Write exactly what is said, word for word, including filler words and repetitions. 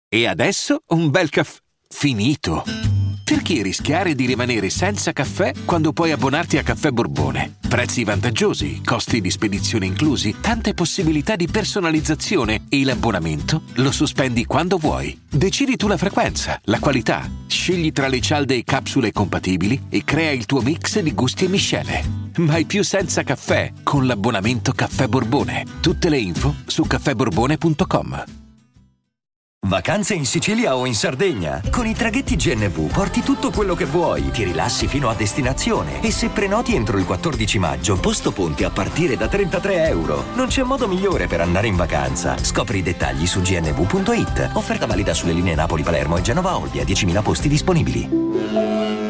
E adesso un bel caffè finito. Perché rischiare di rimanere senza caffè quando puoi abbonarti a Caffè Borbone? Prezzi vantaggiosi, costi di spedizione inclusi, tante possibilità di personalizzazione e l'abbonamento lo sospendi quando vuoi. Decidi tu la frequenza, la qualità, scegli tra le cialde e capsule compatibili e crea il tuo mix di gusti e miscele. Mai più senza caffè con l'abbonamento Caffè Borbone. Tutte le info su caffè borbone punto com. Vacanze in Sicilia o in Sardegna? Con i traghetti G N V porti tutto quello che vuoi, ti rilassi fino a destinazione e se prenoti entro il quattordici maggio, posto ponti a partire da trentatré euro. Non c'è modo migliore per andare in vacanza. Scopri i dettagli su g n v punto i t. Offerta valida sulle linee Napoli-Palermo e Genova-Olbia, diecimila posti disponibili.